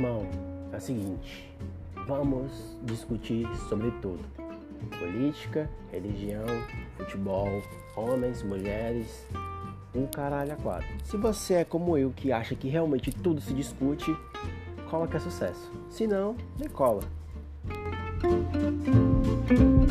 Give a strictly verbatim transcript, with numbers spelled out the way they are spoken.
irmão, é o seguinte, vamos discutir sobre tudo. Política, religião, futebol, homens, mulheres, um caralho a quatro. Se você é como eu, que acha que realmente tudo se discute, cola que é sucesso. Se não, decola.